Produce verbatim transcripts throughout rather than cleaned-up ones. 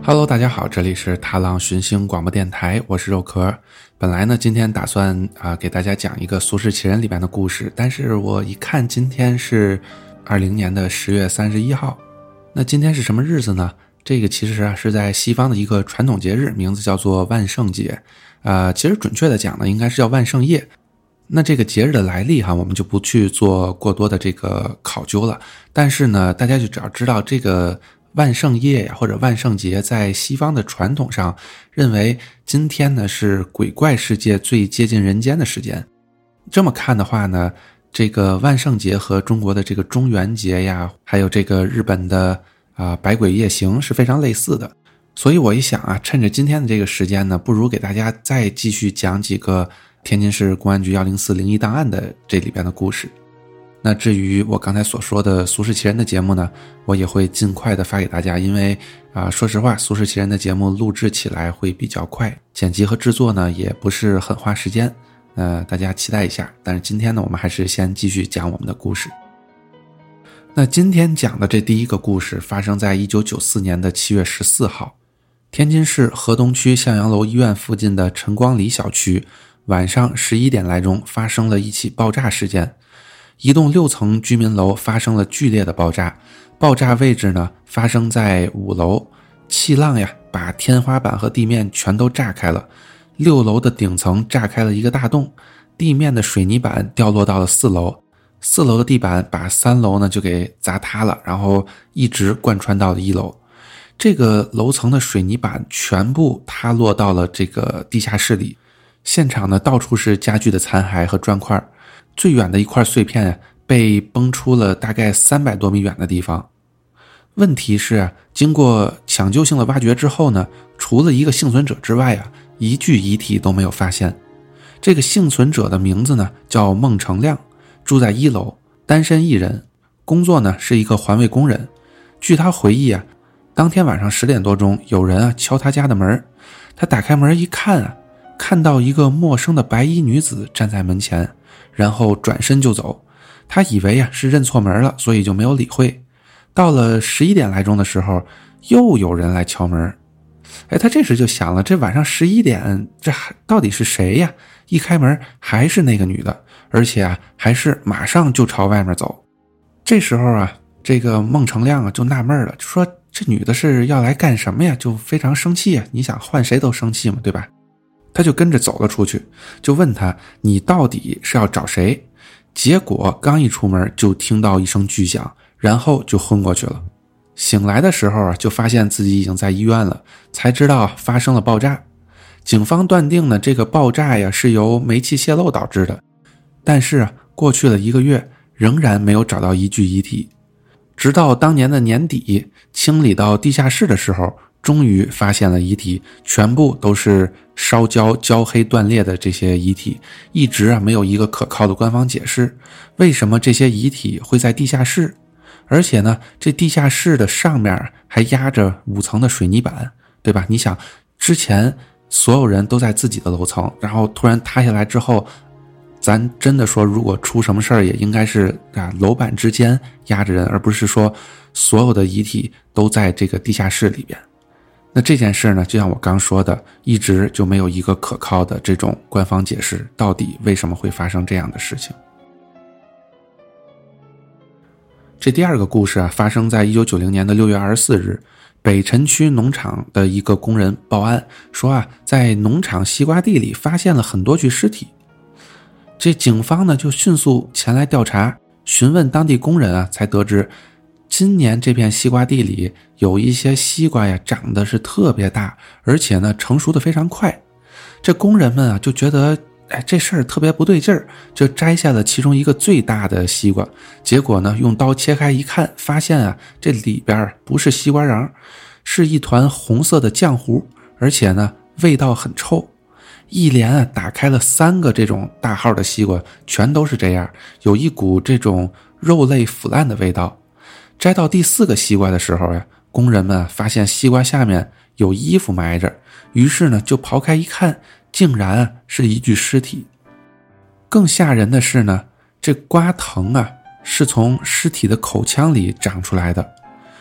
Hello， 大家好，这里是踏浪寻星广播电台，我是肉壳。本来呢，今天打算啊、呃、给大家讲一个《俗世奇人》里边的故事，但是我一看今天是二零年的十月三十一号，那今天是什么日子呢？这个其实啊是在西方的一个传统节日，名字叫做万圣节。呃，其实准确的讲呢，应该是叫万圣夜。那这个节日的来历哈，我们就不去做过多的这个考究了。但是呢，大家就只要知道这个万圣夜呀，或者万圣节，在西方的传统上认为今天呢是鬼怪世界最接近人间的时间。这么看的话呢，这个万圣节和中国的这个中元节呀，还有这个日本的啊、呃、百鬼夜行是非常类似的。所以我一想啊，趁着今天的这个时间呢，不如给大家再继续讲几个天津市公安局一零四灵异档案的这里边的故事。那至于我刚才所说的俗世奇人的节目呢，我也会尽快的发给大家，因为啊、呃，说实话，俗世奇人的节目录制起来会比较快，剪辑和制作呢也不是很花时间，呃，大家期待一下。但是今天呢，我们还是先继续讲我们的故事。那今天讲的这第一个故事发生在一九九四年的七月十四号，天津市河东区向阳楼医院附近的陈光里小区，晚上十一点来钟发生了一起爆炸事件。一栋六层居民楼发生了剧烈的爆炸，爆炸位置呢发生在五楼，气浪呀把天花板和地面全都炸开了。六楼的顶层炸开了一个大洞，地面的水泥板掉落到了四楼，四楼的地板把三楼呢就给砸塌了，然后一直贯穿到了一楼。这个楼层的水泥板全部塌落到了这个地下室里，现场呢到处是家具的残骸和砖块，最远的一块碎片被崩出了大概三百多米远的地方。问题是经过抢救性的挖掘之后呢，除了一个幸存者之外啊，一具遗体都没有发现。这个幸存者的名字呢叫孟成亮，住在一楼，单身一人，工作呢是一个环卫工人。据他回忆啊，当天晚上十点多钟，有人啊敲他家的门，他打开门一看啊，看到一个陌生的白衣女子站在门前，然后转身就走。他以为啊是认错门了，所以就没有理会。到了十一点来钟的时候，又有人来敲门。哎，他这时就想了，这晚上十一点，这到底是谁呀？一开门还是那个女的，而且啊还是马上就朝外面走。这时候啊，这个孟成亮啊就纳闷了，就说这女的是要来干什么呀？就非常生气啊！你想换谁都生气嘛，对吧？他就跟着走了出去，就问他，你到底是要找谁？结果刚一出门就听到一声巨响，然后就昏过去了。醒来的时候啊，就发现自己已经在医院了，才知道发生了爆炸。警方断定呢，这个爆炸呀是由煤气泄漏导致的，但是啊，过去了一个月，仍然没有找到一具遗体。直到当年的年底，清理到地下室的时候，终于发现了遗体，全部都是烧焦焦黑断裂的这些遗体，一直啊没有一个可靠的官方解释，为什么这些遗体会在地下室？而且呢，这地下室的上面还压着五层的水泥板，对吧？你想，之前所有人都在自己的楼层，然后突然塌下来之后，咱真的说如果出什么事儿，也应该是啊楼板之间压着人，而不是说所有的遗体都在这个地下室里边。那这件事呢，就像我刚说的，一直就没有一个可靠的这种官方解释，到底为什么会发生这样的事情。这第二个故事啊，发生在一九九零年的六月二十四日，北辰区农场的一个工人报案说啊，在农场西瓜地里发现了很多具尸体。这警方呢就迅速前来调查，询问当地工人啊，才得知今年这片西瓜地里有一些西瓜呀长得是特别大，而且呢成熟的非常快。这工人们啊就觉得哎这事儿特别不对劲儿，就摘下了其中一个最大的西瓜，结果呢用刀切开一看，发现啊这里边不是西瓜瓤，是一团红色的浆糊，而且呢味道很臭。一连啊打开了三个这种大号的西瓜，全都是这样，有一股这种肉类腐烂的味道。摘到第四个西瓜的时候呀，工人们发现西瓜下面有衣服埋着，于是呢就刨开一看，竟然是一具尸体。更吓人的是呢，这瓜藤啊是从尸体的口腔里长出来的。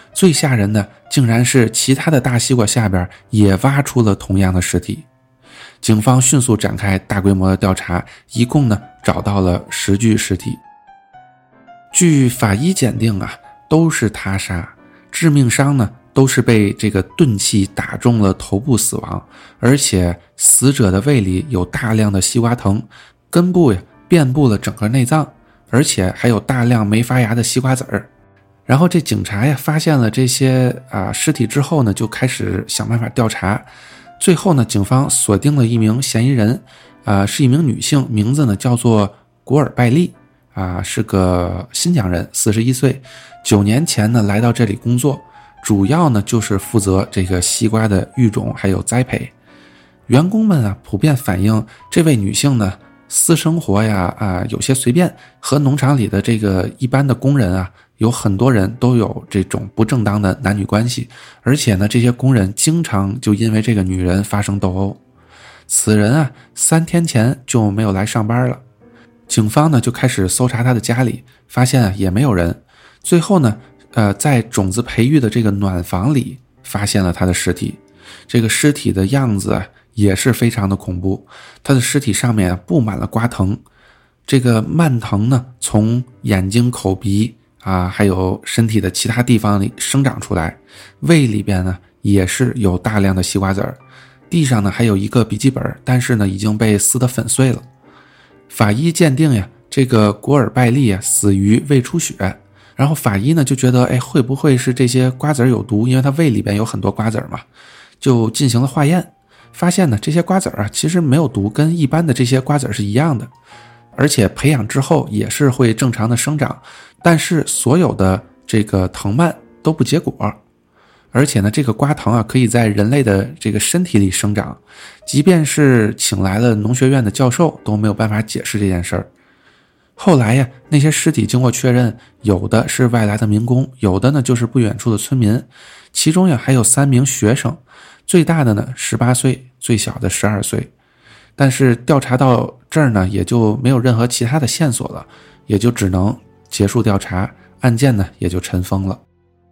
最吓人的竟然是其他的大西瓜下边也挖出了同样的尸体。警方迅速展开大规模的调查，一共呢找到了十具尸体。据法医鉴定啊，都是他杀，致命伤呢都是被这个钝器打中了头部死亡，而且死者的胃里有大量的西瓜藤，根部呀遍布了整个内脏，而且还有大量没发芽的西瓜籽儿。然后这警察呀发现了这些啊尸体之后呢，就开始想办法调查。最后呢，警方锁定了一名嫌疑人，啊，是一名女性，名字呢叫做古尔拜利，啊，是个新疆人，四十一岁，九年前呢来到这里工作，主要呢就是负责这个西瓜的育种还有栽培。员工们啊普遍反映，这位女性呢私生活呀啊有些随便，和农场里的这个一般的工人啊，有很多人都有这种不正当的男女关系，而且呢这些工人经常就因为这个女人发生斗殴。此人啊三天前就没有来上班了。警方呢就开始搜查他的家里，发现啊也没有人。最后呢呃在种子培育的这个暖房里发现了他的尸体。这个尸体的样子啊也是非常的恐怖，他的尸体上面布满了瓜藤，这个蔓藤呢从眼睛、口鼻啊还有身体的其他地方里生长出来，胃里边呢也是有大量的西瓜籽儿，地上呢还有一个笔记本，但是呢已经被撕得粉碎了。法医鉴定呀，这个古尔拜利啊死于胃出血，然后法医呢就觉得，哎，会不会是这些瓜子有毒？因为他胃里边有很多瓜子嘛，就进行了化验，发现呢这些瓜子啊其实没有毒，跟一般的这些瓜子是一样的，而且培养之后也是会正常的生长，但是所有的这个藤蔓都不结果。而且呢这个瓜藤啊可以在人类的这个身体里生长，即便是请来了农学院的教授都没有办法解释这件事儿。后来呀，那些尸体经过确认，有的是外来的民工，有的呢就是不远处的村民，其中呀还有三名学生，最大的呢十八岁，最小的十二岁。但是调查到这儿呢也就没有任何其他的线索了，也就只能结束调查，案件呢也就尘封了。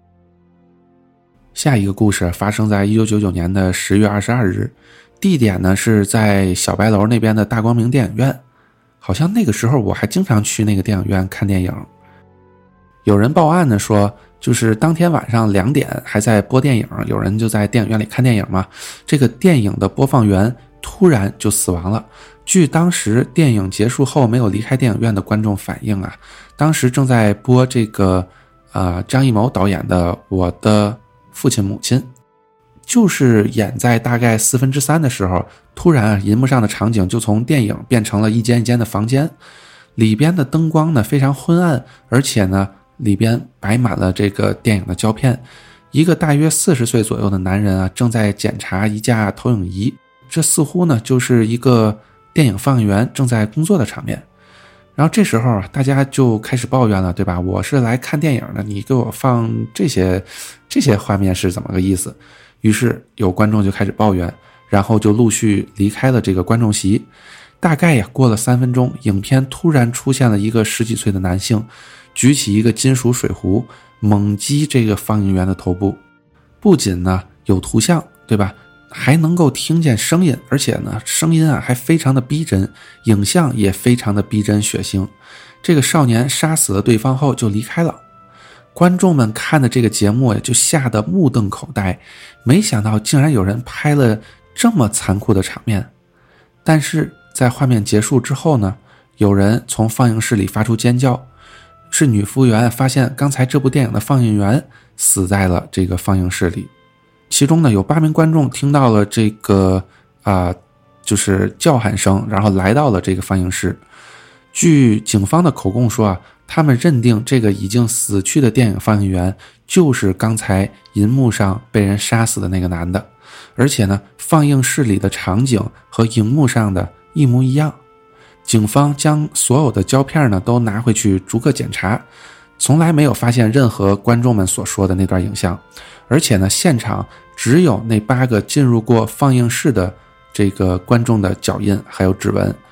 下一个故事发生在一九九九年的十月二十二日，地点呢是在小白楼那边的大光明电影院。好像那个时候我还经常去那个电影院看电影。有人报案呢说，就是当天晚上两点还在播电影，有人就在电影院里看电影嘛，这个电影的播放员突然就死亡了。据当时电影结束后没有离开电影院的观众反映啊，当时正在播这个呃张艺谋导演的《我的父亲母亲》，就是演在大概四分之三的时候，突然啊，银幕上的场景就从电影变成了一间一间的房间，里边的灯光呢非常昏暗，而且呢里边摆满了这个电影的胶片。一个大约四十岁左右的男人啊正在检查一架投影仪，这似乎呢就是一个电影放映员正在工作的场面。然后这时候大家就开始抱怨了，对吧？我是来看电影的，你给我放这些这些画面是怎么个意思？于是有观众就开始抱怨，然后就陆续离开了这个观众席。大概呀过了三分钟，影片突然出现了一个十几岁的男性，举起一个金属水壶，猛击这个放映员的头部。不仅呢有图像，对吧？还能够听见声音，而且呢声音啊还非常的逼真，影像也非常的逼真血腥。这个少年杀死了对方后就离开了。观众们看的这个节目就吓得目瞪口呆，没想到竟然有人拍了这么残酷的场面。但是在画面结束之后呢，有人从放映室里发出尖叫，是女服务员发现刚才这部电影的放映员死在了这个放映室里。其中呢有八名观众听到了这个啊、呃，就是叫喊声，然后来到了这个放映室。据警方的口供说啊，他们认定这个已经死去的电影放映员就是刚才银幕上被人杀死的那个男的，而且呢放映室里的场景和荧幕上的一模一样。警方将所有的胶片呢都拿回去逐个检查，从来没有发现任何观众们所说的那段影像，而且呢现场只有那八个进入过放映室的这个观众的脚印还有指纹。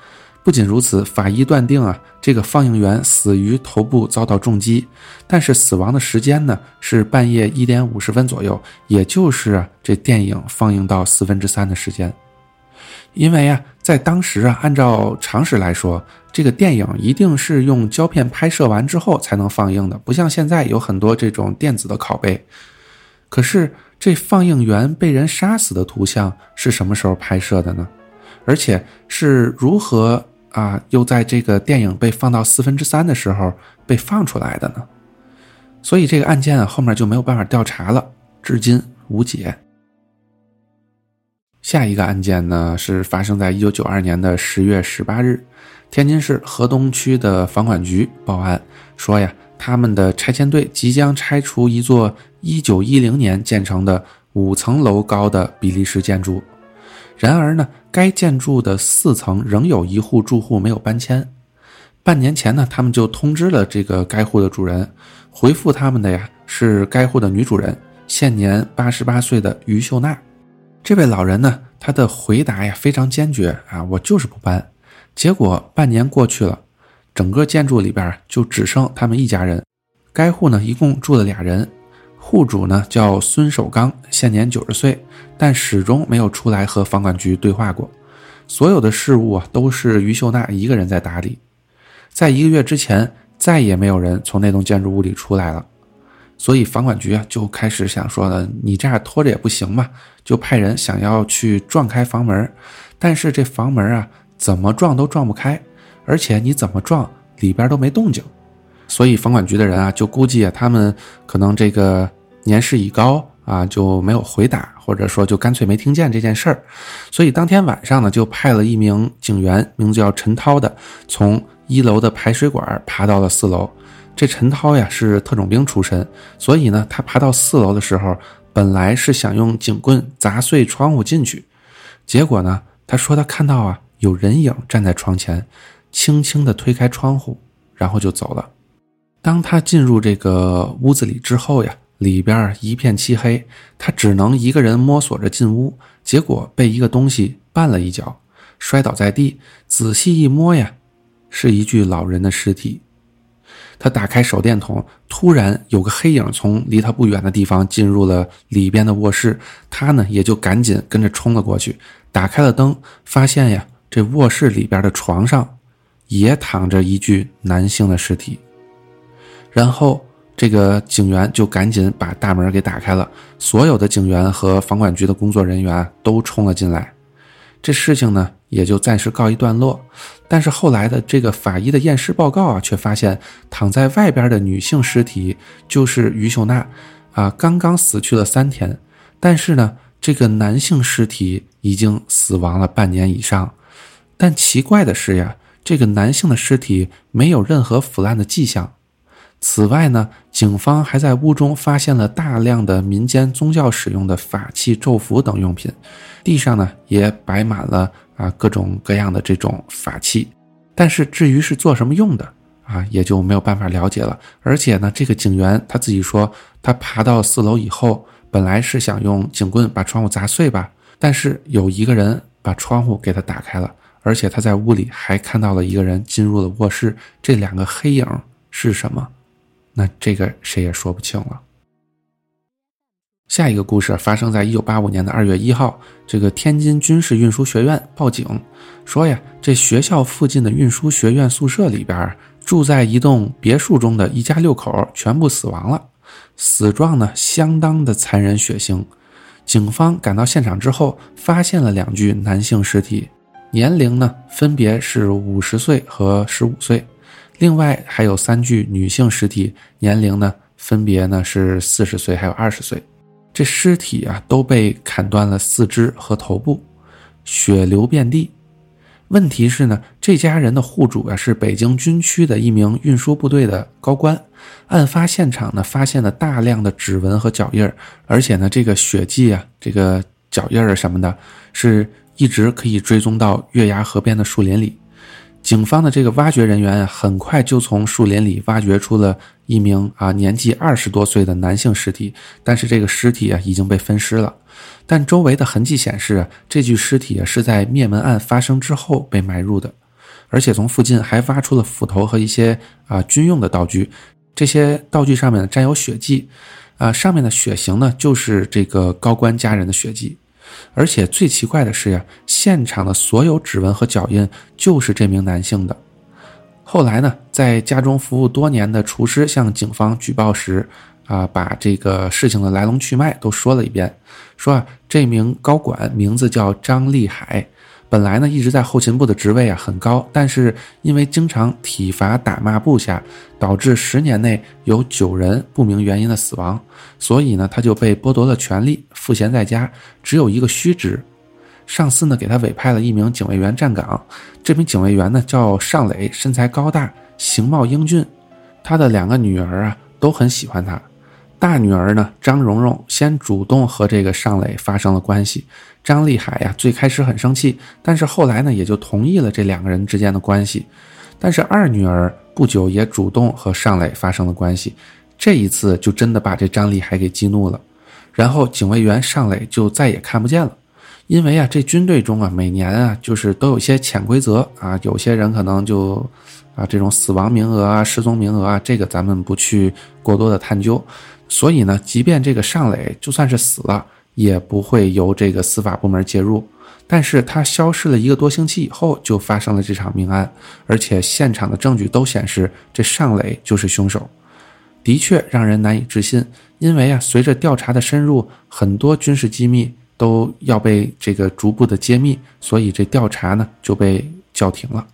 不仅如此，法医断定啊，这个放映员死于头部遭到重击，但是死亡的时间呢是半夜一点五十分左右，也就是啊这电影放映到四分之三的时间。因为啊，在当时啊，按照常识来说，这个电影一定是用胶片拍摄完之后才能放映的，不像现在有很多这种电子的拷贝。可是这放映员被人杀死的图像是什么时候拍摄的呢？而且是如何啊，又在这个电影被放到四分之三的时候被放出来的呢？所以这个案件啊，后面就没有办法调查了，至今无解。下一个案件呢，是发生在一九九二年的十月十八日，天津市河东区的房管局报案说呀，他们的拆迁队即将拆除一座一九一零年建成的五层楼高的比利时建筑。然而呢，该建筑的四层仍有一户住户没有搬迁。半年前呢，他们就通知了这个该户的主人，回复他们的呀是该户的女主人，现年八十八岁的于秀娜。这位老人呢，他的回答呀非常坚决啊，我就是不搬。结果半年过去了，整个建筑里边就只剩他们一家人。该户呢一共住了俩人，户主呢叫孙守刚，现年九十岁，但始终没有出来和房管局对话过。所有的事务啊都是于秀娜一个人在打理。在一个月之前，再也没有人从那栋建筑物里出来了。所以房管局啊就开始想说了，你这样拖着也不行嘛，就派人想要去撞开房门，但是这房门啊怎么撞都撞不开，而且你怎么撞里边都没动静。所以房管局的人啊就估计啊他们可能这个年事已高啊，就没有回答，或者说就干脆没听见这件事儿。所以当天晚上呢，就派了一名警员，名字叫陈涛的，从一楼的排水管爬到了四楼。这陈涛呀是特种兵出身，所以呢他爬到四楼的时候，本来是想用警棍砸碎窗户进去，结果呢他说他看到啊有人影站在窗前，轻轻地推开窗户，然后就走了。当他进入这个屋子里之后呀，里边一片漆黑，他只能一个人摸索着进屋，结果被一个东西绊了一脚，摔倒在地，仔细一摸呀，是一具老人的尸体。他打开手电筒，突然有个黑影从离他不远的地方进入了里边的卧室，他呢也就赶紧跟着冲了过去，打开了灯，发现呀，这卧室里边的床上也躺着一具男性的尸体。然后这个警员就赶紧把大门给打开了，所有的警员和房管局的工作人员都冲了进来。这事情呢也就暂时告一段落。但是后来的这个法医的验尸报告啊，却发现躺在外边的女性尸体就是于秀娜啊，刚刚死去了三天，但是呢这个男性尸体已经死亡了半年以上。但奇怪的是呀，这个男性的尸体没有任何腐烂的迹象。此外呢，警方还在屋中发现了大量的民间宗教使用的法器、咒符等用品，地上呢也摆满了啊各种各样的这种法器，但是至于是做什么用的啊，也就没有办法了解了。而且呢，这个警员他自己说，他爬到四楼以后，本来是想用警棍把窗户砸碎吧，但是有一个人把窗户给他打开了，而且他在屋里还看到了一个人进入了卧室，这两个黑影是什么？那这个谁也说不清了。下一个故事发生在一九八五年的二月一号，这个天津军事运输学院报警说呀，这学校附近的运输学院宿舍里边住在一栋别墅中的一家六口全部死亡了，死状呢相当的残忍血腥。警方赶到现场之后，发现了两具男性尸体，年龄呢分别是五十岁和十五岁。另外还有三具女性尸体，年龄呢分别呢是四十岁还有二十岁。这尸体啊都被砍断了四肢和头部，血流遍地。问题是呢，这家人的户主啊是北京军区的一名运输部队的高官。案发现场呢发现了大量的指纹和脚印，而且呢这个血迹啊，这个脚印啊什么的，是一直可以追踪到月牙河边的树林里。警方的这个挖掘人员很快就从树林里挖掘出了一名啊年纪二十多岁的男性尸体，但是这个尸体啊已经被分尸了。但周围的痕迹显示，这具尸体是在灭门案发生之后被埋入的。 而且从附近还挖出了斧头和一些啊、呃、军用的道具，这些道具上面沾有血迹，啊、呃、上面的血型呢就是这个高官家人的血迹。而且最奇怪的是呀，现场的所有指纹和脚印就是这名男性的。后来呢，在家中服务多年的厨师向警方举报时，啊，把这个事情的来龙去脉都说了一遍，说啊，这名高管名字叫张立海，本来呢一直在后勤部的职位啊很高，但是因为经常体罚打骂部下，导致十年内有九人不明原因的死亡，所以呢他就被剥夺了权利，赋闲在家，只有一个虚职。上司呢给他委派了一名警卫员站岗，这名警卫员呢叫尚磊，身材高大，形貌英俊，他的两个女儿啊都很喜欢他。大女儿呢张蓉蓉先主动和这个尚磊发生了关系，张立海呀最开始很生气，但是后来呢也就同意了这两个人之间的关系。但是二女儿不久也主动和尚磊发生了关系，这一次就真的把这张立海给激怒了，然后警卫员尚磊就再也看不见了。因为啊这军队中啊每年啊就是都有些潜规则啊，有些人可能就啊这种死亡名额啊失踪名额啊，这个咱们不去过多的探究。所以呢即便这个尚磊就算是死了，也不会由这个司法部门介入。但是他消失了一个多星期以后就发生了这场命案，而且现场的证据都显示这尚磊就是凶手。的确让人难以置信，因为啊随着调查的深入，很多军事机密都要被这个逐步的揭秘，所以这调查呢就被叫停了。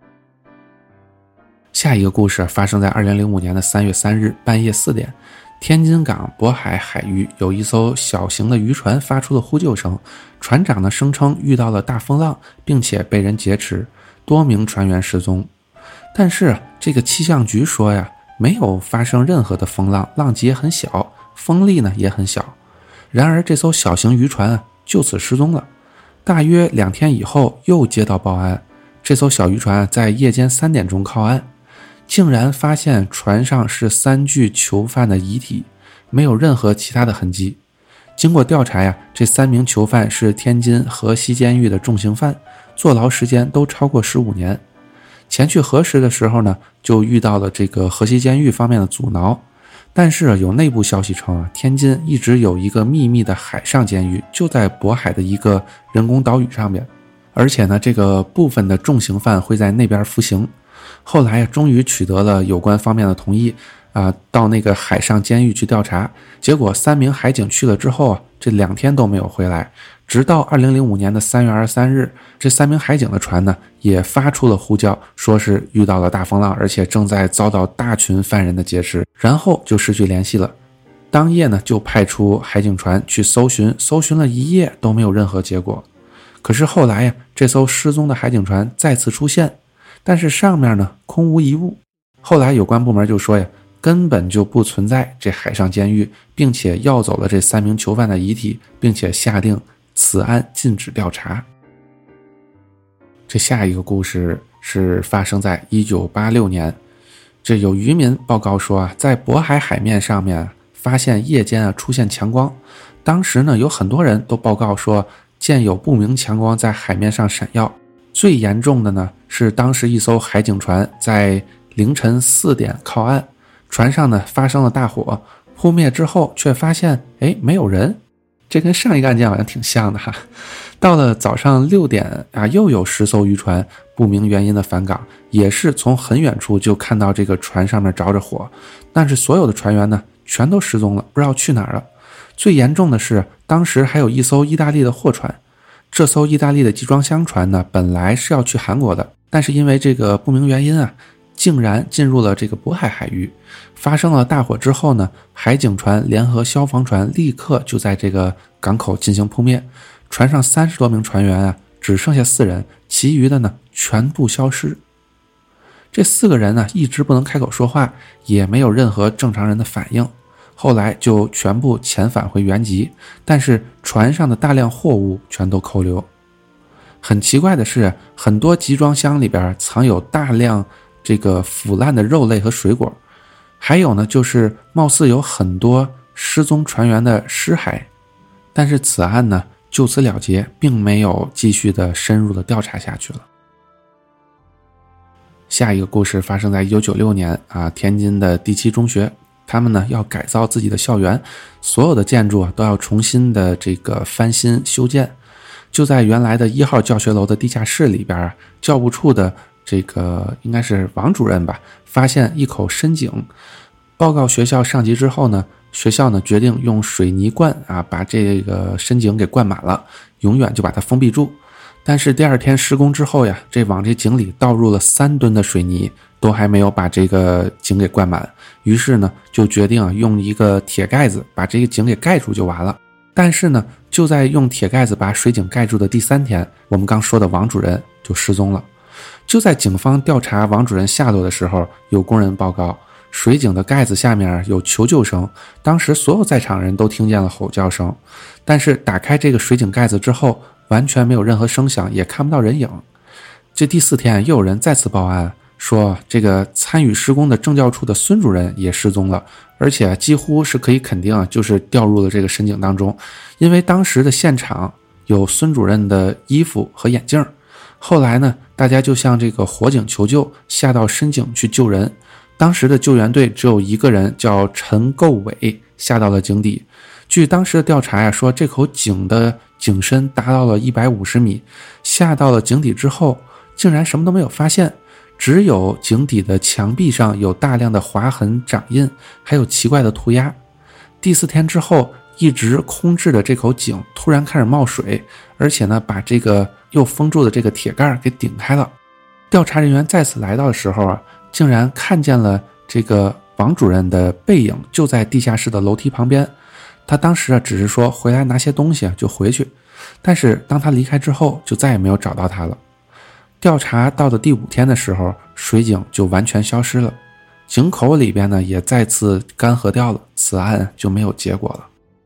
下一个故事发生在二零零五年的三月三日半夜四点，天津港渤海海域有一艘小型的渔船发出了呼救声，船长呢声称遇到了大风浪，并且被人劫持，多名船员失踪。但是这个气象局说呀，没有发生任何的风浪，浪级也很小，风力呢也很小。然而这艘小型渔船啊就此失踪了。大约两天以后又接到报案，这艘小渔船在夜间三点钟靠岸，竟然发现船上是三具囚犯的遗体，没有任何其他的痕迹。经过调查呀，这三名囚犯是天津河西监狱的重刑犯，坐牢时间都超过十五年。前去核实的时候呢，就遇到了这个河西监狱方面的阻挠。但是有内部消息称啊，天津一直有一个秘密的海上监狱，就在渤海的一个人工岛屿上面，而且呢，这个部分的重刑犯会在那边服刑。后来啊，终于取得了有关方面的同意啊、呃，到那个海上监狱去调查。结果三名海警去了之后啊，这两天都没有回来。直到二零零五年的三月二十三日，这三名海警的船呢也发出了呼叫，说是遇到了大风浪，而且正在遭到大群犯人的劫持，然后就失去联系了。当夜呢就派出海警船去搜寻，搜寻了一夜都没有任何结果。可是后来呀，这艘失踪的海警船再次出现，但是上面呢空无一物。后来有关部门就说呀，根本就不存在这海上监狱，并且要走了这三名囚犯的遗体，并且下令此案禁止调查。这下一个故事是发生在一九八六年，这有渔民报告说啊，在渤海海面上面发现夜间啊出现强光，当时呢有很多人都报告说见有不明强光在海面上闪耀。最严重的呢是当时一艘海警船在凌晨四点靠岸，船上呢发生了大火，扑灭之后却发现哎没有人，这跟上一个案件好像挺像的哈。到了早上六点啊，又有十艘渔船不明原因的返港，也是从很远处就看到这个船上面着着火，但是所有的船员呢全都失踪了，不知道去哪儿了。最严重的是当时还有一艘意大利的货船，这艘意大利的集装箱船呢本来是要去韩国的，但是因为这个不明原因啊，竟然进入了这个渤海海域。发生了大火之后呢，海警船联合消防船立刻就在这个港口进行扑灭，船上三十多名船员啊只剩下四人，其余的呢全部消失。这四个人呢一直不能开口说话，也没有任何正常人的反应，后来就全部遣返回原籍，但是船上的大量货物全都扣留。很奇怪的是，很多集装箱里边藏有大量这个腐烂的肉类和水果，还有呢就是貌似有很多失踪船员的尸骸。但是此案呢就此了结，并没有继续的深入的调查下去了。 下一个故事发生在一九九六年啊，天津的第七中学，他们呢要改造自己的校园，所有的建筑啊都要重新的这个翻新修建。就在原来的一号教学楼的地下室里边，教务处的这个应该是王主任吧，发现一口深井，报告学校上级之后呢，学校呢决定用水泥罐啊把这个深井给灌满了，永远就把它封闭住。但是第二天施工之后呀，这往这井里倒入了三吨的水泥，都还没有把这个井给灌满。于是呢，就决定啊用一个铁盖子把这个井给盖住就完了。但是呢，就在用铁盖子把水井盖住的第三天，我们刚说的王主任就失踪了。就在警方调查王主任下落的时候，有工人报告，水井的盖子下面有求救声，当时所有在场人都听见了吼叫声。但是打开这个水井盖子之后，完全没有任何声响，也看不到人影。这第四天又有人再次报案，说这个参与施工的政教处的孙主任也失踪了，而且几乎是可以肯定就是掉入了这个深井当中，因为当时的现场有孙主任的衣服和眼镜。后来呢，大家就向这个火警求救，下到深井去救人。当时的救援队只有一个人，叫陈构伟，下到了井底。据当时的调查呀，说这口井的井深达到了一百五十米，下到了井底之后，竟然什么都没有发现，只有井底的墙壁上有大量的划痕掌印，还有奇怪的涂鸦。第四天之后，一直空置的这口井突然开始冒水，而且呢，把这个又封住的这个铁盖给顶开了。调查人员再次来到的时候啊，竟然看见了这个王主任的背影就在地下室的楼梯旁边。他当时啊只是说回来拿些东西就回去，但是当他离开之后就再也没有找到他了。调查到的第五天的时候，水井就完全消失了，井口里边呢也再次干涸掉了，此案就没有结果了。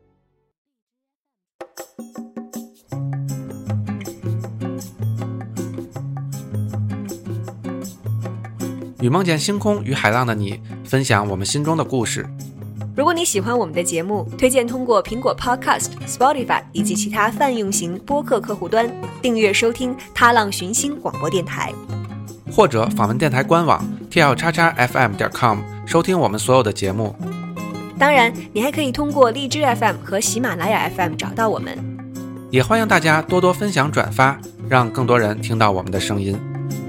与梦见星空与海浪的你，分享我们心中的故事。 如果你喜欢我们的节目，推荐通过苹果 Podcast、Spotify 以及其他泛用型播客客户端订阅收听踏浪寻星广播电台， 或者访问电台官网 t l x x f m 点 com 收听我们所有的节目。 当然，你还可以通过荔枝 F M 和喜马拉雅 F M 找到我们。 也欢迎大家多多分享转发，让更多人听到我们的声音。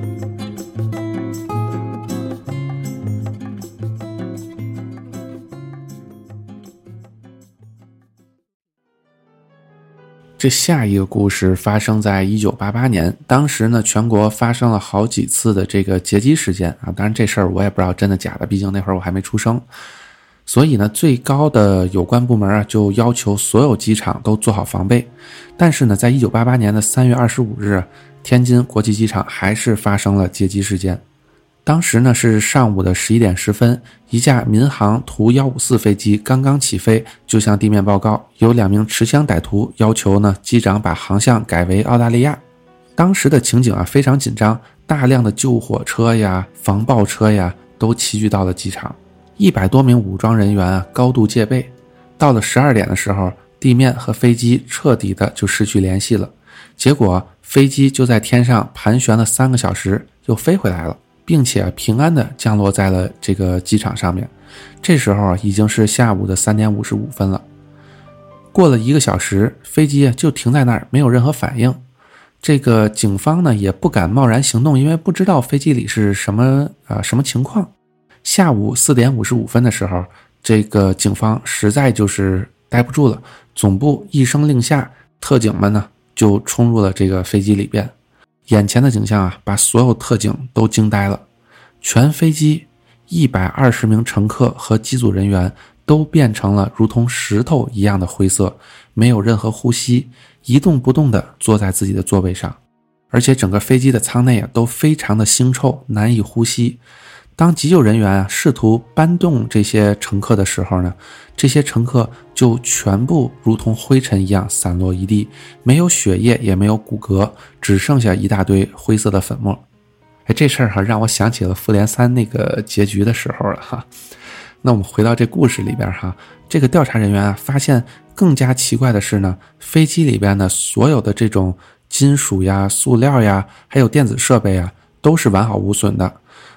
这下一个故事发生在一九八八年，当时呢，全国发生了好几次的这个劫机事件啊，当然这事儿我也不知道真的假的，毕竟那会儿我还没出生。所以呢，最高的有关部门啊，就要求所有机场都做好防备。但是呢，在一九八八年的三月二十五日，天津国际机场还是发生了劫机事件。当时呢是上午的十一点十分，一架民航图一五四飞机刚刚起飞，就向地面报告，有两名持枪歹徒要求呢机长把航向改为澳大利亚。当时的情景啊非常紧张，大量的救火车呀、防爆车呀都齐聚到了机场，一百多名武装人员啊高度戒备。到了十二点的时候，地面和飞机彻底的就失去联系了。结果飞机就在天上盘旋了三个小时，又飞回来了，并且平安地降落在了这个机场上面。这时候已经是下午的三点五十五分了。过了一个小时，飞机就停在那儿，没有任何反应。这个警方呢也不敢贸然行动，因为不知道飞机里是什么呃什么情况。下午四点五十五分的时候，这个警方实在就是待不住了，总部一声令下，特警们呢就冲入了这个飞机里边。眼前的景象啊，把所有特警都惊呆了。全飞机一百二十名乘客和机组人员都变成了如同石头一样的灰色，没有任何呼吸，一动不动地坐在自己的座位上。而且整个飞机的舱内啊都非常的腥臭，难以呼吸。当急救人员啊试图搬动这些乘客的时候呢，这些乘客就全部如同灰尘一样散落一地，没有血液也没有骨骼，只剩下一大堆灰色的粉末。哎，这事儿哈让我想起了复联三那个结局的时候了哈。那我们回到这故事里边哈，这个调查人员啊发现更加奇怪的是呢，飞机里边的所有的这种金属呀、塑料呀，还有电子设备啊，都是完好无损的。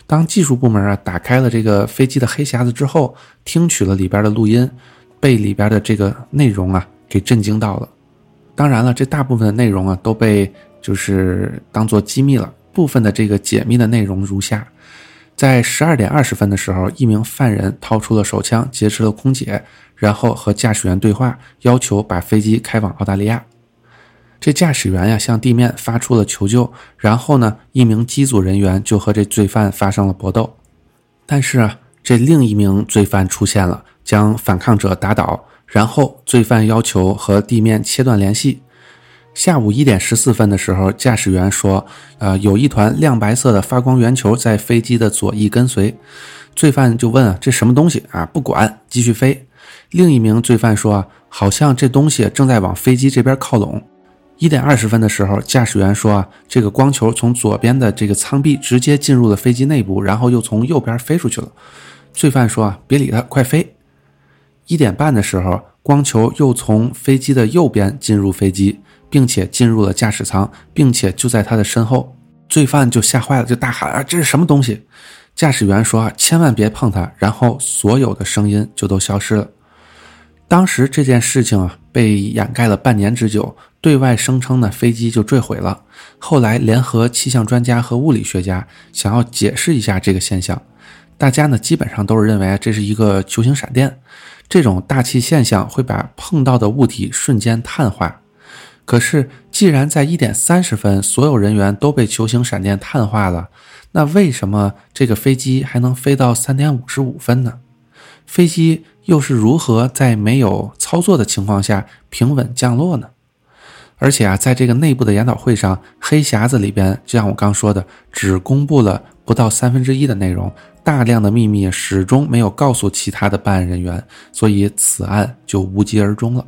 当技术部门啊打开了这个飞机的黑匣子之后，听取了里边的录音，被里边的这个内容啊给震惊到了。当然了，这大部分的内容啊都被就是当作机密了。部分的这个解密的内容如下：在十二点二十分的时候，一名犯人掏出了手枪，劫持了空姐，然后和驾驶员对话，要求把飞机开往澳大利亚。这驾驶员呀向地面发出了求救，然后呢，一名机组人员就和这罪犯发生了搏斗。但是啊，这另一名罪犯出现了，将反抗者打倒，然后罪犯要求和地面切断联系。下午一点十四分的时候，驾驶员说，呃，有一团亮白色的发光圆球在飞机的左翼跟随。罪犯就问啊，这什么东西啊？不管，继续飞。另一名罪犯说啊，好像这东西正在往飞机这边靠拢。一点二十分的时候，驾驶员说啊，这个光球从左边的这个舱壁直接进入了飞机内部，然后又从右边飞出去了。罪犯说啊，别理他，快飞。一点半的时候，光球又从飞机的右边进入飞机，并且进入了驾驶舱，并且就在他的身后。罪犯就吓坏了，就大喊啊，这是什么东西？驾驶员说啊，千万别碰它，然后所有的声音就都消失了。当时这件事情啊被掩盖了半年之久，对外声称呢飞机就坠毁了。后来联合气象专家和物理学家想要解释一下这个现象，大家呢基本上都是认为这是一个球形闪电，这种大气现象会把碰到的物体瞬间碳化。可是既然在一点三十分所有人员都被球形闪电碳化了，那为什么这个飞机还能飞到三点五十五分呢？飞机又是如何在没有操作的情况下平稳降落呢？而且啊，在这个内部的研讨会上，黑匣子里边就像我刚说的，只公布了不到三分之一的内容，大量的秘密始终没有告诉其他的办案人员，所以此案就无疾而终了。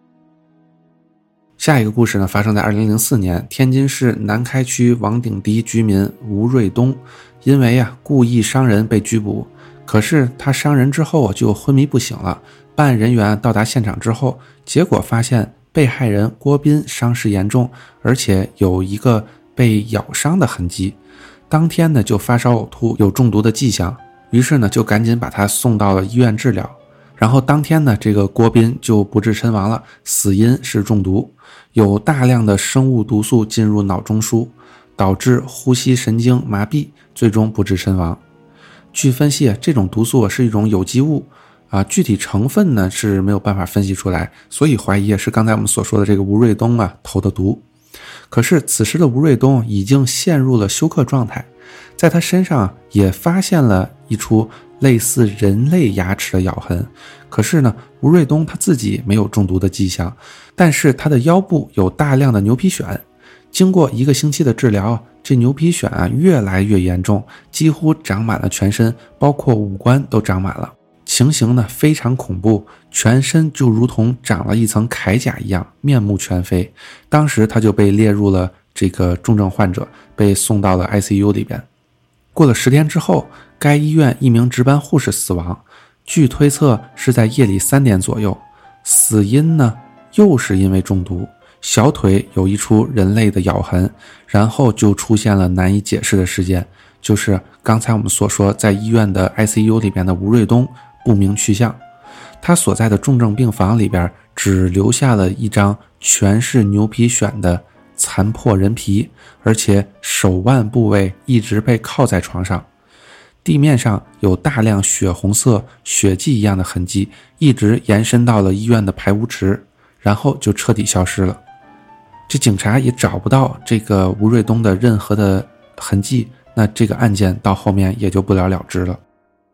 下一个故事呢，发生在二零零四年，天津市南开区王顶堤居民吴瑞东，因为啊故意伤人被拘捕。可是他伤人之后就昏迷不醒了，办案人员到达现场之后，结果发现被害人郭斌伤势严重，而且有一个被咬伤的痕迹。当天呢就发烧呕吐，有中毒的迹象，于是呢就赶紧把他送到了医院治疗。然后当天呢这个郭斌就不治身亡了，死因是中毒，有大量的生物毒素进入脑中枢，导致呼吸神经麻痹，最终不治身亡。据分析，这种毒素是一种有机物啊，具体成分呢是没有办法分析出来，所以怀疑是刚才我们所说的这个吴瑞东啊投的毒。可是此时的吴瑞东已经陷入了休克状态，在他身上也发现了一处类似人类牙齿的咬痕。可是呢，吴瑞东他自己没有中毒的迹象，但是他的腰部有大量的牛皮癣。经过一个星期的治疗，这牛皮癣啊越来越严重，几乎长满了全身，包括五官都长满了，情形呢非常恐怖，全身就如同长了一层铠甲一样，面目全非。当时他就被列入了这个重症患者，被送到了 I C U 里边。过了十天之后，该医院一名值班护士死亡，据推测是在夜里三点左右，死因呢又是因为中毒。小腿有一处人类的咬痕，然后就出现了难以解释的事件，就是刚才我们所说在医院的 I C U 里边的吴瑞东不明去向。他所在的重症病房里边只留下了一张全是牛皮癣的残破人皮，而且手腕部位一直被铐在床上。地面上有大量血红色血迹一样的痕迹，一直延伸到了医院的排污池，然后就彻底消失了。这警察也找不到这个吴瑞东的任何的痕迹，那这个案件到后面也就不了了之了。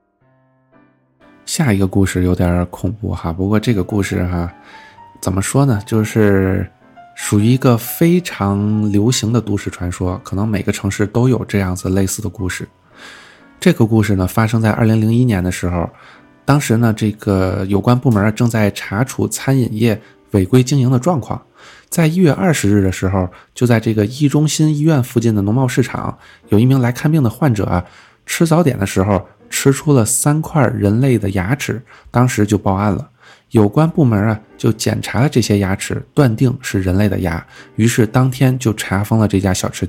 下一个故事有点恐怖哈，不过这个故事哈，怎么说呢，就是属于一个非常流行的都市传说，可能每个城市都有这样子类似的故事。这个故事呢发生在二零零一年的时候，当时呢这个有关部门正在查处餐饮业违规经营的状况。在一月二十日的时候，就在这个一中心医院附近的农贸市场，有一名来看病的患者啊，吃早点的时候吃出了三块人类的牙齿，当时就报案了。有关部门啊就检查了这些牙齿，断定是人类的牙，于是当天就查封了这家小吃店。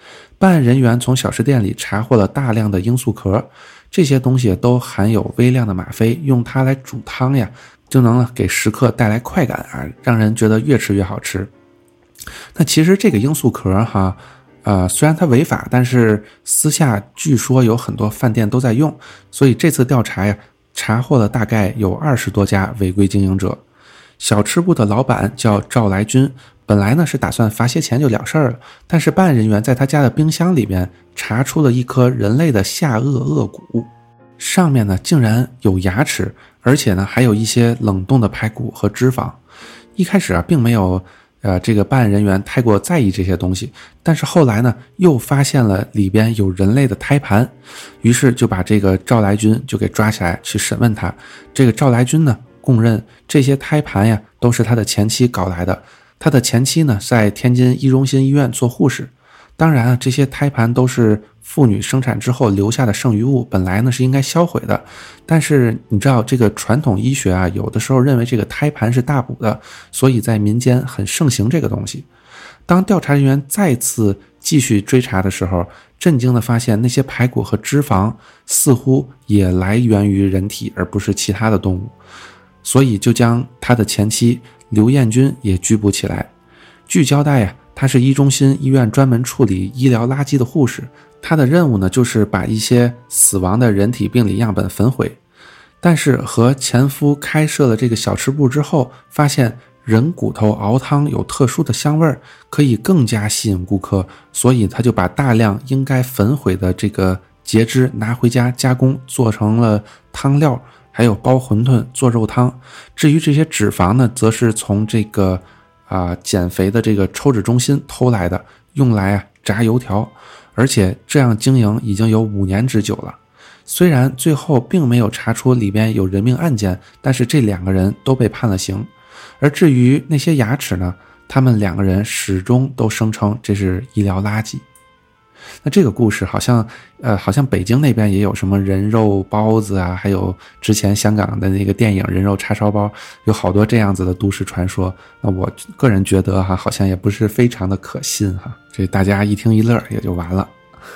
办案人员从小吃店里查获了大量的罂粟壳，这些东西都含有微量的吗啡，用它来煮汤呀，就能给食客带来快感啊，让人觉得越吃越好吃。那其实这个罂粟壳哈，呃，虽然它违法，但是私下据说有很多饭店都在用，所以这次调查呀，查获了大概有二十多家违规经营者。小吃部的老板叫赵来军，本来呢是打算罚些钱就了事儿了，但是办案人员在他家的冰箱里边查出了一颗人类的下颚颚骨，上面呢竟然有牙齿，而且呢还有一些冷冻的排骨和脂肪。一开始啊并没有呃这个办案人员太过在意这些东西，但是后来呢又发现了里边有人类的胎盘，于是就把这个赵来军就给抓起来去审问他。这个赵来军呢供认这些胎盘呀都是他的前妻搞来的，他的前妻呢在天津一中心医院做护士。当然啊，这些胎盘都是妇女生产之后留下的剩余物，本来呢是应该销毁的，但是你知道这个传统医学啊，有的时候认为这个胎盘是大补的，所以在民间很盛行这个东西。当调查人员再次继续追查的时候，震惊地发现那些排骨和脂肪似乎也来源于人体，而不是其他的动物，所以就将他的前妻刘艳君也拘捕起来。据交代呀，他是一中心医院专门处理医疗垃圾的护士，他的任务呢就是把一些死亡的人体病理样本焚毁。但是和前夫开设了这个小吃部之后，发现人骨头熬汤有特殊的香味，可以更加吸引顾客，所以他就把大量应该焚毁的这个节肢拿回家加工，做成了汤料，还有包馄饨做肉汤。至于这些脂肪呢，则是从这个啊、呃、减肥的这个抽脂中心偷来的，用来啊炸油条，而且这样经营已经有五年之久了。虽然最后并没有查出里边有人命案件，但是这两个人都被判了刑。而至于那些牙齿呢，他们两个人始终都声称这是医疗垃圾。那这个故事好像呃，好像北京那边也有什么人肉包子啊，还有之前香港的那个电影人肉叉烧包，有好多这样子的都市传说。那我个人觉得哈，好像也不是非常的可信哈，这大家一听一乐也就完了。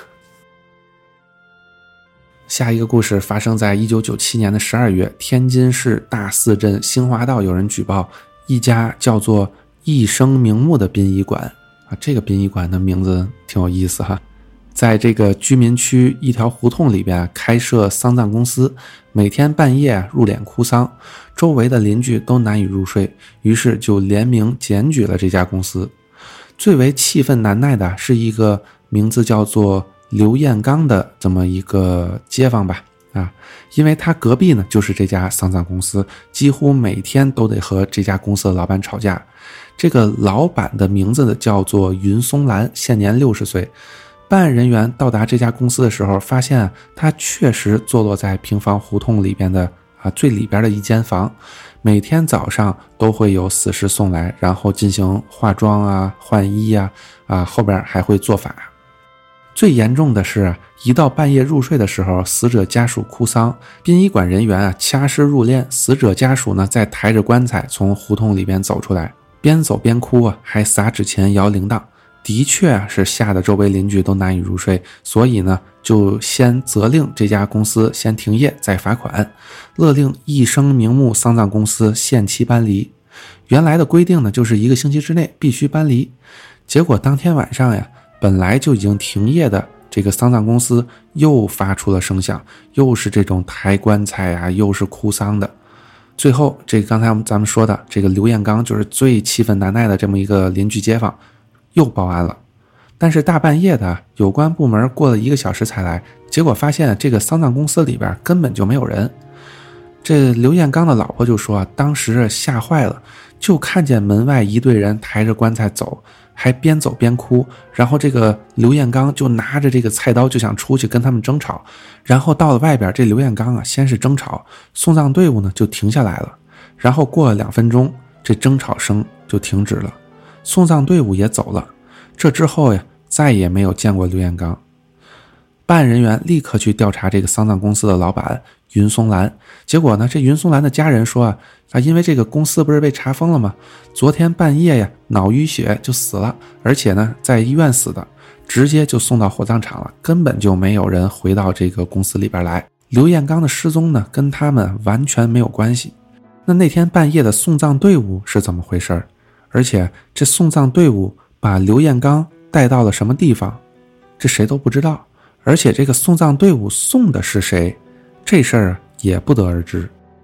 下一个故事发生在一九九七年的十二月，天津市大寺镇兴华道有人举报一家叫做一生名目的殡仪馆啊，这个殡仪馆的名字挺有意思哈。在这个居民区一条胡同里边开设丧葬公司，每天半夜入殓哭丧，周围的邻居都难以入睡，于是就联名检举了这家公司。最为气愤难耐的是一个名字叫做刘彦刚的这么一个街坊吧，啊，因为他隔壁呢就是这家丧葬公司，几乎每天都得和这家公司的老板吵架。这个老板的名字叫做云松兰，现年六十岁。办案人员到达这家公司的时候，发现他确实坐落在平房胡同里边的啊最里边的一间房，每天早上都会有死尸送来，然后进行化妆啊、换衣啊，啊后边还会做法。最严重的是，一到半夜入睡的时候，死者家属哭丧，殡仪馆人员啊掐尸入殓，死者家属呢再抬着棺材从胡同里边走出来，边走边哭啊，还撒纸钱摇铃铛，的确啊是吓得周围邻居都难以入睡，所以呢就先责令这家公司先停业再罚款，勒令一生名目丧葬公司限期搬离。原来的规定呢就是一个星期之内必须搬离，结果当天晚上呀，本来就已经停业的这个丧葬公司又发出了声响，又是这种抬棺材啊，又是哭丧的。最后这个刚才咱们说的这个刘彦刚就是最气愤难耐的这么一个邻居街坊又报案了。但是大半夜的，有关部门过了一个小时才来，结果发现这个丧葬公司里边根本就没有人。这刘彦刚的老婆就说，当时吓坏了，就看见门外一队人抬着棺材走，还边走边哭，然后这个刘彦刚就拿着这个菜刀就想出去跟他们争吵，然后到了外边，这刘彦刚啊先是争吵，送葬队伍呢就停下来了，然后过了两分钟，这争吵声就停止了，送葬队伍也走了。这之后呀，再也没有见过刘彦刚。办案人员立刻去调查这个丧葬公司的老板云松兰，结果呢，这云松兰的家人说啊，啊，因为这个公司不是被查封了吗？昨天半夜呀，脑淤血就死了，而且呢，在医院死的。 直接就送到火葬场了，根本就没有人回到这个公司里边来。刘彦刚的失踪呢，跟他们完全没有关系。那那天半夜的送葬队伍是怎么回事？而且这送葬队伍把刘彦刚带到了什么地方，这谁都不知道。而且这个送葬队伍送的是谁，这事儿也不得而知。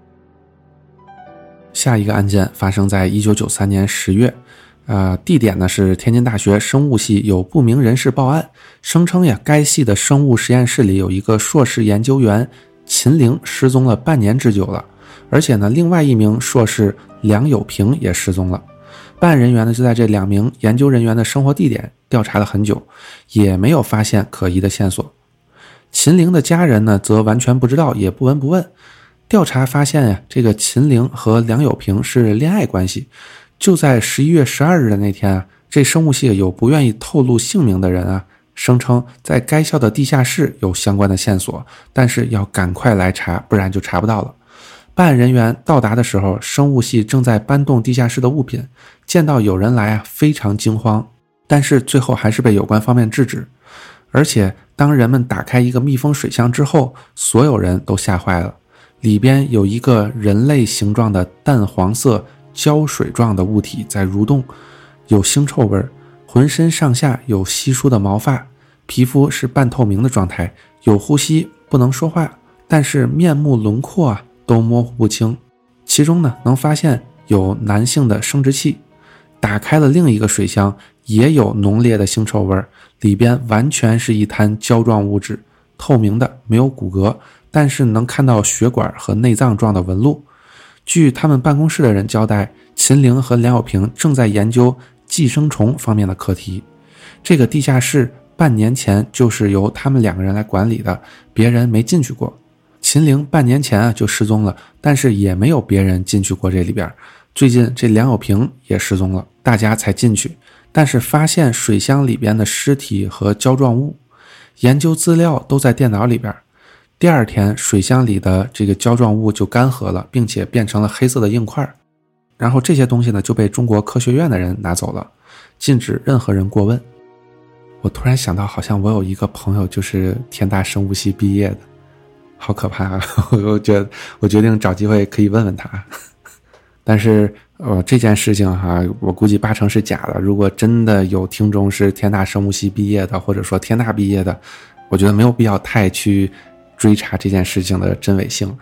下一个案件发生在一九九三年十月，呃，地点呢是天津大学生物系有不明人士报案，声称呀该系的生物实验室里有一个硕士研究员秦玲失踪了半年之久了，而且呢另外一名硕士梁友平也失踪了。办案人员呢就在这两名研究人员的生活地点调查了很久，也没有发现可疑的线索。秦玲的家人呢则完全不知道，也不闻不问。调查发现呀，这个秦玲和梁友平是恋爱关系。就在十一月十二日的那天啊，这生物系有不愿意透露姓名的人啊，声称在该校的地下室有相关的线索，但是要赶快来查，不然就查不到了。办案人员到达的时候，生物系正在搬动地下室的物品，见到有人来啊，非常惊慌，但是最后还是被有关方面制止。而且当人们打开一个密封水箱之后，所有人都吓坏了，里边有一个人类形状的淡黄色胶水状的物体在蠕动，有腥臭味，浑身上下有稀疏的毛发，皮肤是半透明的状态，有呼吸，不能说话，但是面目轮廓啊都模糊不清。其中呢能发现有男性的生殖器。打开了另一个水箱，也有浓烈的腥臭味，里边完全是一滩胶状物质，透明的，没有骨骼，但是能看到血管和内脏状的纹路。据他们办公室的人交代，秦玲和梁友平正在研究寄生虫方面的课题。这个地下室半年前就是由他们两个人来管理的，别人没进去过。秦玲半年前啊就失踪了，但是也没有别人进去过这里边。最近这梁友平也失踪了，大家才进去，但是发现水箱里边的尸体和胶状物，研究资料都在电脑里边。第二天水箱里的这个胶状物就干涸了，并且变成了黑色的硬块，然后这些东西呢就被中国科学院的人拿走了，禁止任何人过问。我突然想到，好像我有一个朋友就是天大生物系毕业的，好可怕啊！我觉得我决定找机会可以问问他。但是呃，这件事情哈，我估计八成是假的。如果真的有听众是天大生物系毕业的，或者说天大毕业的，我觉得没有必要太去追查这件事情的真伪性。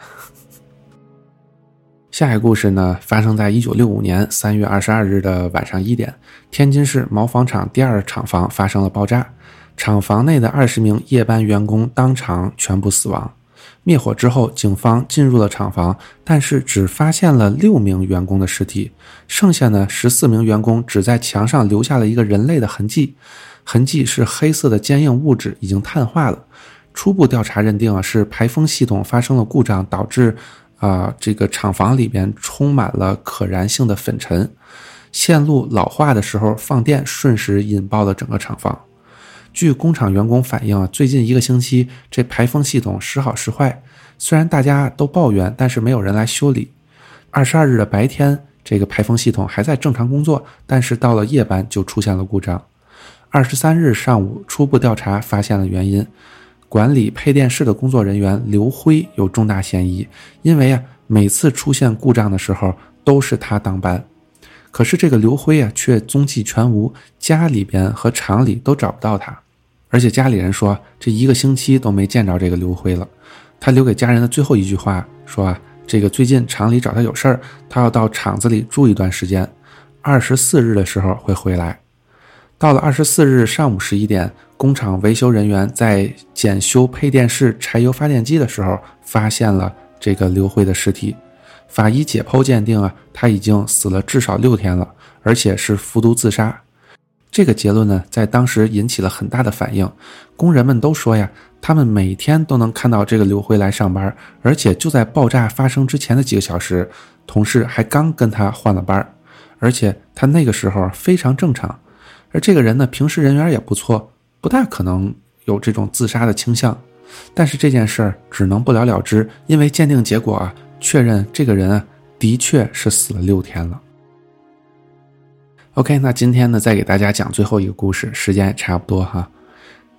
下一个故事呢，发生在一九六五年三月二十二日的晚上一点，天津市毛纺厂第二厂房发生了爆炸，厂房内的二十名夜班员工当场全部死亡。灭火之后，警方进入了厂房，但是只发现了六名员工的尸体，剩下呢十四名员工只在墙上留下了一个人类的痕迹，痕迹是黑色的坚硬物质，已经碳化了。初步调查认定啊，是排风系统发生了故障，导致啊、呃、这个厂房里边充满了可燃性的粉尘，线路老化的时候放电，瞬时引爆了整个厂房。据工厂员工反映啊，最近一个星期这排风系统时好时坏，虽然大家都抱怨，但是没有人来修理。二十二日的白天，这个排风系统还在正常工作，但是到了夜班就出现了故障。二十三日上午，初步调查发现了原因，管理配电室的工作人员刘辉有重大嫌疑，因为啊每次出现故障的时候都是他当班。可是这个刘辉啊却踪迹全无，家里边和厂里都找不到他。而且家里人说这一个星期都没见着这个刘辉了。他留给家人的最后一句话说啊，这个最近厂里找他有事儿，他要到厂子里住一段时间，二十四日的时候会回来。到了二十四日上午十一点，工厂维修人员在检修配电室柴油发电机的时候，发现了这个刘辉的尸体。法医解剖鉴定啊，他已经死了至少六天了，而且是服毒自杀。这个结论呢，在当时引起了很大的反应。工人们都说呀，他们每天都能看到这个刘辉来上班，而且就在爆炸发生之前的几个小时，同事还刚跟他换了班，而且他那个时候非常正常。而这个人呢，平时人缘也不错，不大可能有这种自杀的倾向。但是这件事儿只能不了了之，因为鉴定结果啊，确认这个人啊，的确是死了六天了。OK， 那今天呢，再给大家讲最后一个故事，时间也差不多哈。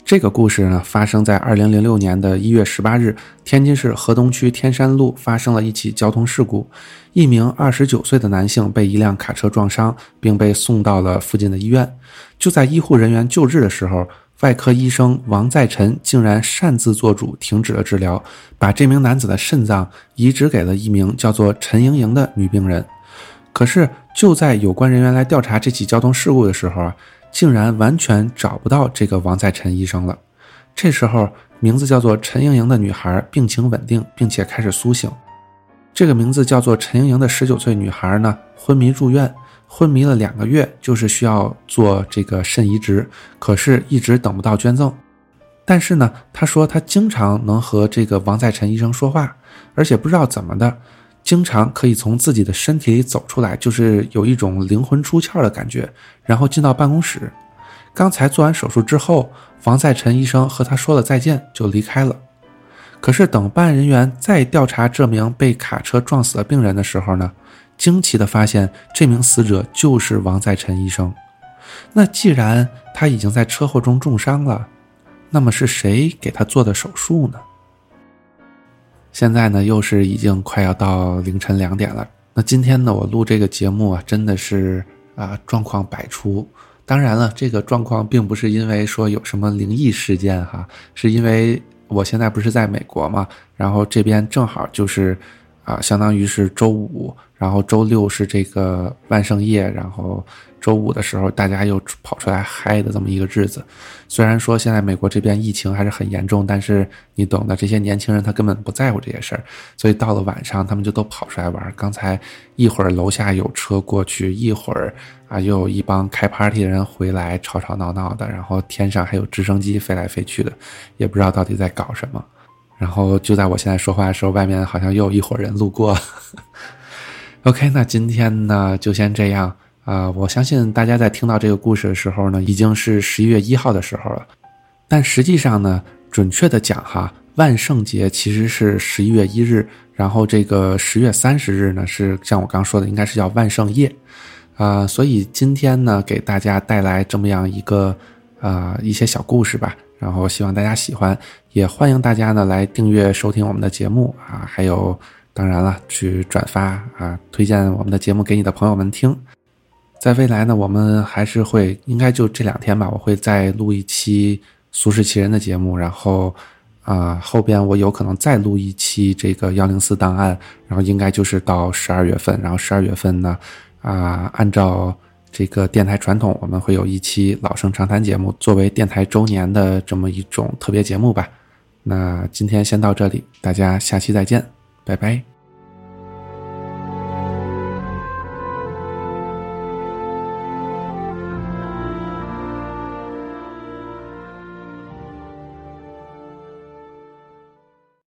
这个故事呢，发生在二零零六年的一月十八日，天津市河东区天山路发生了一起交通事故，一名二十九岁的男性被一辆卡车撞伤，并被送到了附近的医院。就在医护人员救治的时候，外科医生王在臣竟然擅自做主停止了治疗，把这名男子的肾脏移植给了一名叫做陈莹莹的女病人。可是就在有关人员来调查这起交通事故的时候啊，竟然完全找不到这个王在臣医生了。这时候名字叫做陈莹莹的女孩病情稳定，并且开始苏醒。这个名字叫做陈莹莹的十九岁女孩呢，昏迷住院，昏迷了两个月，就是需要做这个肾移植，可是一直等不到捐赠。但是呢，她说她经常能和这个王在臣医生说话，而且不知道怎么的，经常可以从自己的身体里走出来，就是有一种灵魂出窍的感觉，然后进到办公室。刚才做完手术之后，王在臣医生和他说了再见就离开了。可是等办案人员再调查这名被卡车撞死的病人的时候呢，惊奇地发现这名死者就是王在臣医生。那既然他已经在车祸中重伤了，那么是谁给他做的手术呢？现在呢，又是已经快要到凌晨两点了。那今天呢，我录这个节目啊，真的是啊状况百出。当然了，这个状况并不是因为说有什么灵异事件哈，是因为我现在不是在美国嘛，然后这边正好就是啊，相当于是周五，然后周六是这个万圣夜，然后周五的时候大家又跑出来嗨的这么一个日子。虽然说现在美国这边疫情还是很严重，但是你懂的，这些年轻人他根本不在乎这些事儿，所以到了晚上他们就都跑出来玩。刚才一会儿楼下有车过去，一会儿啊又有一帮开 party 的人回来，吵吵闹闹的，然后天上还有直升机飞来飞去的，也不知道到底在搞什么。然后就在我现在说话的时候，外面好像又有一伙人路过。OK， 那今天呢就先这样啊、呃，我相信大家在听到这个故事的时候呢，已经是十一月一号的时候了。但实际上呢，准确的讲哈，万圣节其实是十一月一日，然后这个十月三十日呢，是像我刚说的，应该是叫万圣夜。啊、呃，所以今天呢，给大家带来这么样一个啊、呃、一些小故事吧。然后希望大家喜欢，也欢迎大家呢来订阅收听我们的节目啊，还有当然了去转发啊，推荐我们的节目给你的朋友们听。在未来呢，我们还是会应该就这两天吧，我会再录一期俗世奇人的节目，然后啊后边我有可能再录一期这个一零四档案，然后应该就是到十二月份，然后十二月份呢啊按照这个电台传统，我们会有一期老生常谈节目，作为电台周年的这么一种特别节目吧。那今天先到这里，大家下期再见，拜拜。